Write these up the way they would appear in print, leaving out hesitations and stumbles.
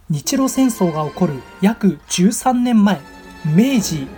日露戦争が起こる約13年前、明治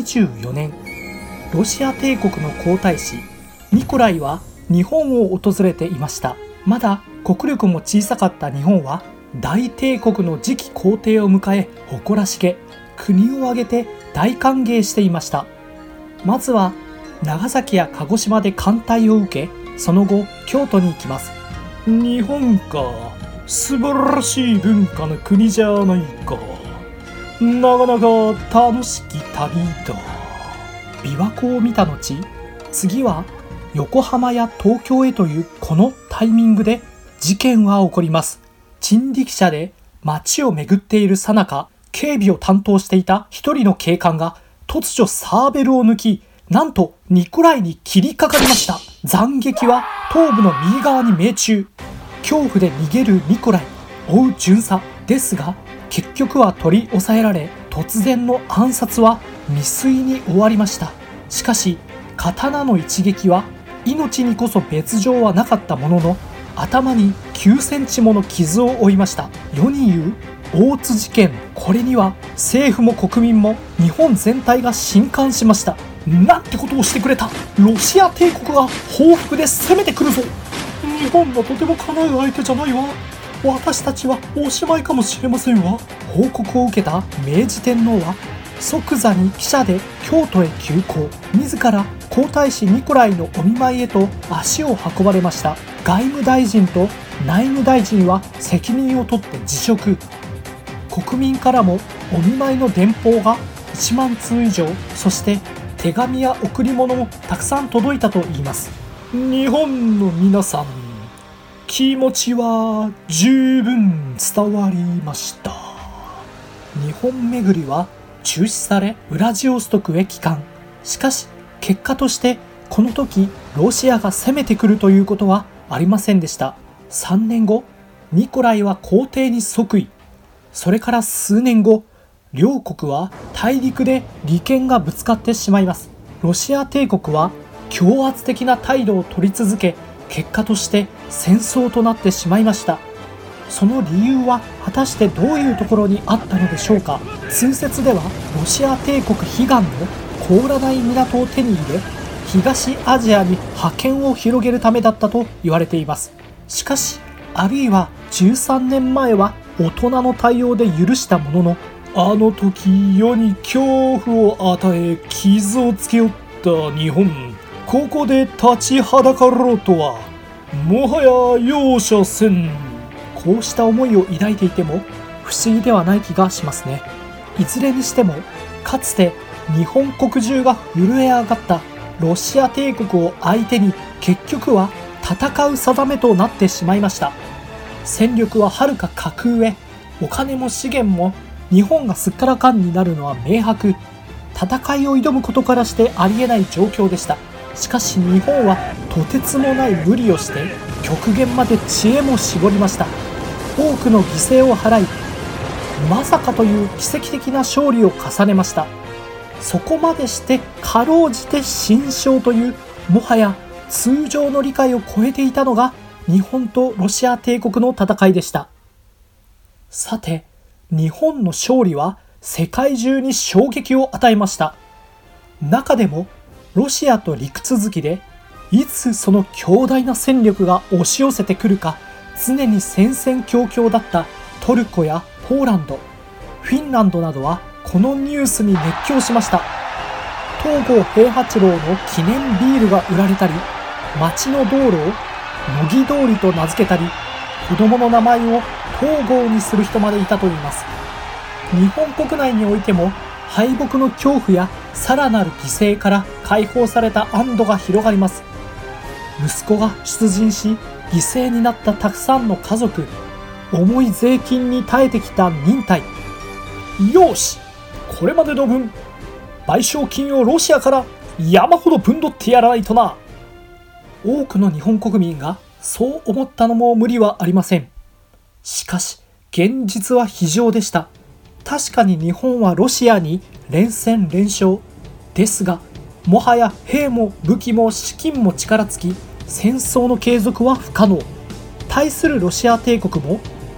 24年、ロシア帝国の皇太子ニコライは日本を訪れていました。まだ国力も小さかった日本は大帝国の次期皇帝を迎え、誇らしげ国を挙げて大歓迎していました。まずは長崎や鹿児島で歓待を受け、その後京都に行きます。日本か、素晴らしい文化の国じゃないか。なかなか楽しき旅だ。琵琶湖を見た後、次は横浜や東京へというこのタイミングで事件は起こります。人力車で街を巡っている最中、警備を担当していた一人の警官が突如サーベルを抜き、なんとニコライに切りかかりました。斬撃は頭部の右側に命中。恐怖で逃げるニコライ、追う巡査ですが、結局は取り押さえられ、突然の暗殺は未遂に終わりました。しかし刀の一撃は命にこそ別状はなかったものの、頭に9センチもの傷を負いました。世に言う大津事件、これには政府も国民も日本全体が震撼しました。なんてことをしてくれた。ロシア帝国が報復で攻めてくるぞ。日本のとてもかなう相手じゃないわ。私たちはおしまいかもしれませんわ。報告を受けた明治天皇は即座に汽車で京都へ急行。自ら皇太子ニコライのお見舞いへと足を運ばれました。外務大臣と内務大臣は責任を取って辞職。国民からもお見舞いの電報が1万通以上、そして手紙や贈り物もたくさん届いたといいます。日本の皆さん、気持ちは十分伝わりました。日本巡りは中止され、ウラジオストクへ帰還。しかし結果としてこの時ロシアが攻めてくるということはありませんでした。3年後、ニコライは皇帝に即位。それから数年後、両国は大陸で利権がぶつかってしまいます。ロシア帝国は強圧的な態度を取り続け、結果として戦争となってしまいました。その理由は果たしてどういうところにあったのでしょうか。通説ではロシア帝国悲願の凍らない港を手に入れ、東アジアに覇権を広げるためだったと言われています。しかし、あるいは13年前は大人の対応で許したものの、あの時世に恐怖を与え傷をつけよった日本、ここで立ちはだかろうとはもはや容赦せん。こうした思いを抱いていても不思議ではない気がしますね。いずれにしても、かつて日本国中が震え上がったロシア帝国を相手に結局は戦う定めとなってしまいました。戦力ははるか格上、お金も資源も日本がすっからかんになるのは明白。戦いを挑むことからしてありえない状況でした。しかし日本はとてつもない無理をして極限まで知恵も絞りました。多くの犠牲を払い、まさかという奇跡的な勝利を重ねました。そこまでしてかろうじて新勝という、もはや通常の理解を超えていたのが日本とロシア帝国の戦いでした。さて、日本の勝利は世界中に衝撃を与えました。中でもロシアと陸続きで、いつその強大な戦力が押し寄せてくるか常に戦々恐々だったトルコやポーランド、フィンランドなどはこのニュースに熱狂しました。東郷平八郎の記念ビールが売られたり、町の道路を乃木通りと名付けたり、子供の名前を東郷にする人までいたといいます。日本国内においても敗北の恐怖やさらなる犠牲から解放された安堵が広がります。息子が出陣し犠牲になったたくさんの家族、重い税金に耐えてきた忍耐。よし、これまでの分、賠償金をロシアから山ほど分取ってやらないとな。多くの日本国民がそう思ったのも無理はありません。しかし現実は非常でした。確かに日本はロシアに連戦連勝ですが、もはや兵も武器も資金も力尽き、戦争の継続は不可能。対するロシア帝国も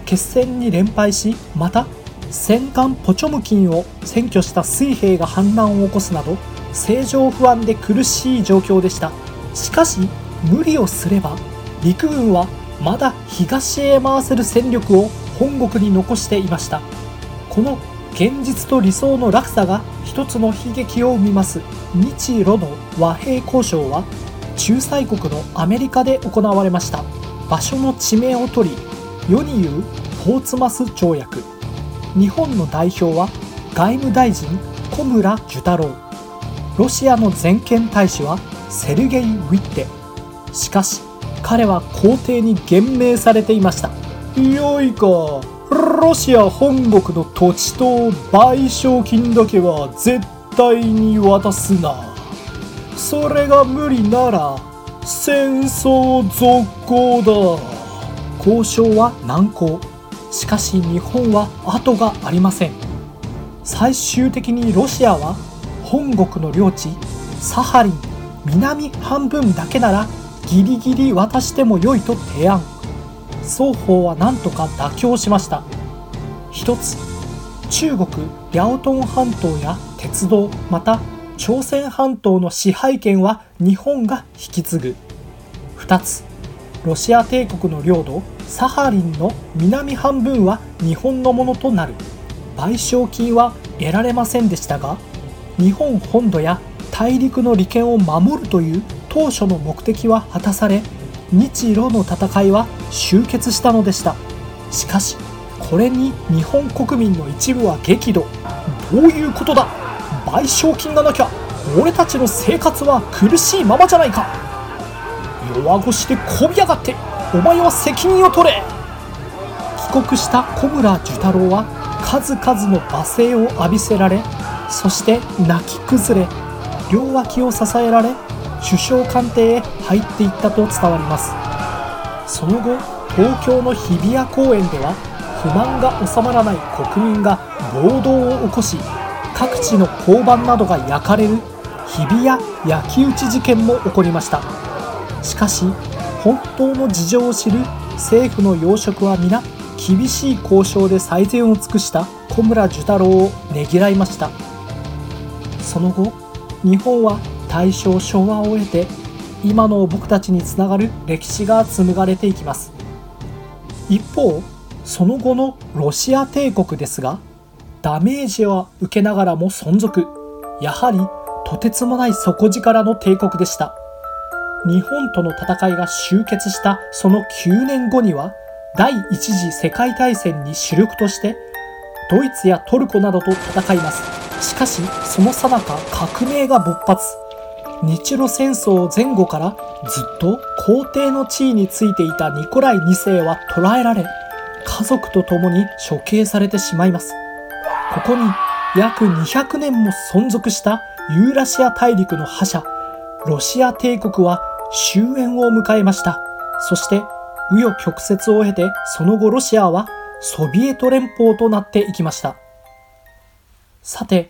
決戦に連敗し、また戦艦ポチョムキンを占拠した水兵が反乱を起こすなど政情不安で苦しい状況でした。しかし無理をすれば陸軍はまだ東へ回せる戦力を本国に残していました。この現実と理想の落差が一つの悲劇を生みます。日露の和平交渉は仲裁国のアメリカで行われました。場所の地名を取り、世に言うポーツマス条約。日本の代表は外務大臣小村寿太郎、ロシアの全権大使はセルゲイ・ウィッテ。しかし彼は皇帝に厳命されていました。よいか、ロシア本国の土地と賠償金だけは絶対に渡すな。それが無理なら戦争続行だ。交渉は難航。しかし日本は後がありません。最終的にロシアは本国の領地サハリン南半分だけならギリギリ渡しても良いと提案。双方は何とか妥協しました。一つ、中国遼東半島や鉄道、また朝鮮半島の支配権は日本が引き継ぐ。二つ、ロシア帝国の領土サハリンの南半分は日本のものとなる。賠償金は得られませんでしたが、日本本土や大陸の利権を守るという当初の目的は果たされ、日露の戦いは終結したのでした。しかしこれに日本国民の一部は激怒。どういうことだ、賠償金がなきゃ俺たちの生活は苦しいままじゃないか。弱腰でこびやがって、お前は責任を取れ。帰国した小村寿太郎は数々の罵声を浴びせられ、そして泣き崩れ、両脇を支えられ首相官邸へ入っていったと伝わります。その後東京の日比谷公園では不満が収まらない国民が暴動を起こし、各地の交番などが焼かれる日比谷焼き討ち事件も起こりました。しかし本当の事情を知る政府の要職は皆厳しい交渉で最善を尽くした小村寿太郎をねぎらいました。その後日本は大正昭和を経て今の僕たちにつながる歴史が紡がれていきます。一方その後のロシア帝国ですが、ダメージは受けながらも存続。やはりとてつもない底力の帝国でした。日本との戦いが終結したその9年後には第一次世界大戦に主力としてドイツやトルコなどと戦います。しかしその最中革命が勃発。日露戦争前後からずっと皇帝の地位についていたニコライ2世は捕らえられ、家族と共に処刑されてしまいます。ここに約200年も存続したユーラシア大陸の覇者ロシア帝国は終焉を迎えました。そして紆余曲折を経てその後ロシアはソビエト連邦となっていきました。さて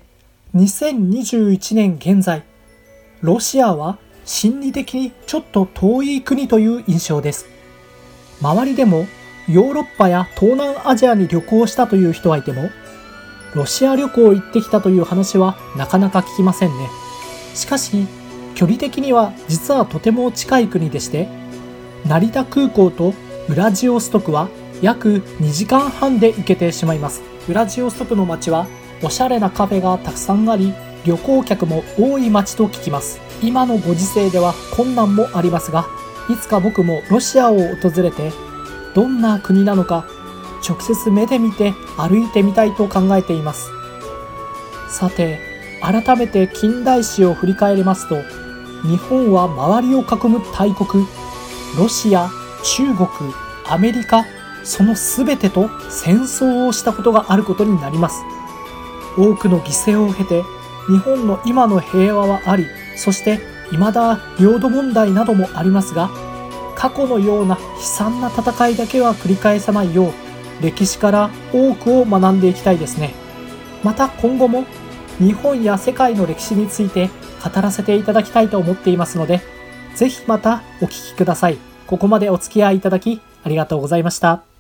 2021年現在、ロシアは心理的にちょっと遠い国という印象です。周りでもヨーロッパや東南アジアに旅行したという人はいても、ロシア旅行行ってきたという話はなかなか聞きませんね。しかし距離的には実はとても近い国でして、成田空港とウラジオストクは約2時間半で行けてしまいます。ウラジオストクの街はおしゃれなカフェがたくさんあり、旅行客も多い街と聞きます。今のご時世では困難もありますが、いつか僕もロシアを訪れてどんな国なのか直接目で見て歩いてみたいと考えています。さて改めて近代史を振り返りますと、日本は周りを囲む大国ロシア、中国、アメリカ、その全てと戦争をしたことがあることになります。多くの犠牲を経て日本の今の平和はあり、そして未だ領土問題などもありますが、過去のような悲惨な戦いだけは繰り返さないよう歴史から多くを学んでいきたいですね。また今後も日本や世界の歴史について語らせていただきたいと思っていますので、ぜひまたお聞きください。ここまでお付き合いいただきありがとうございました。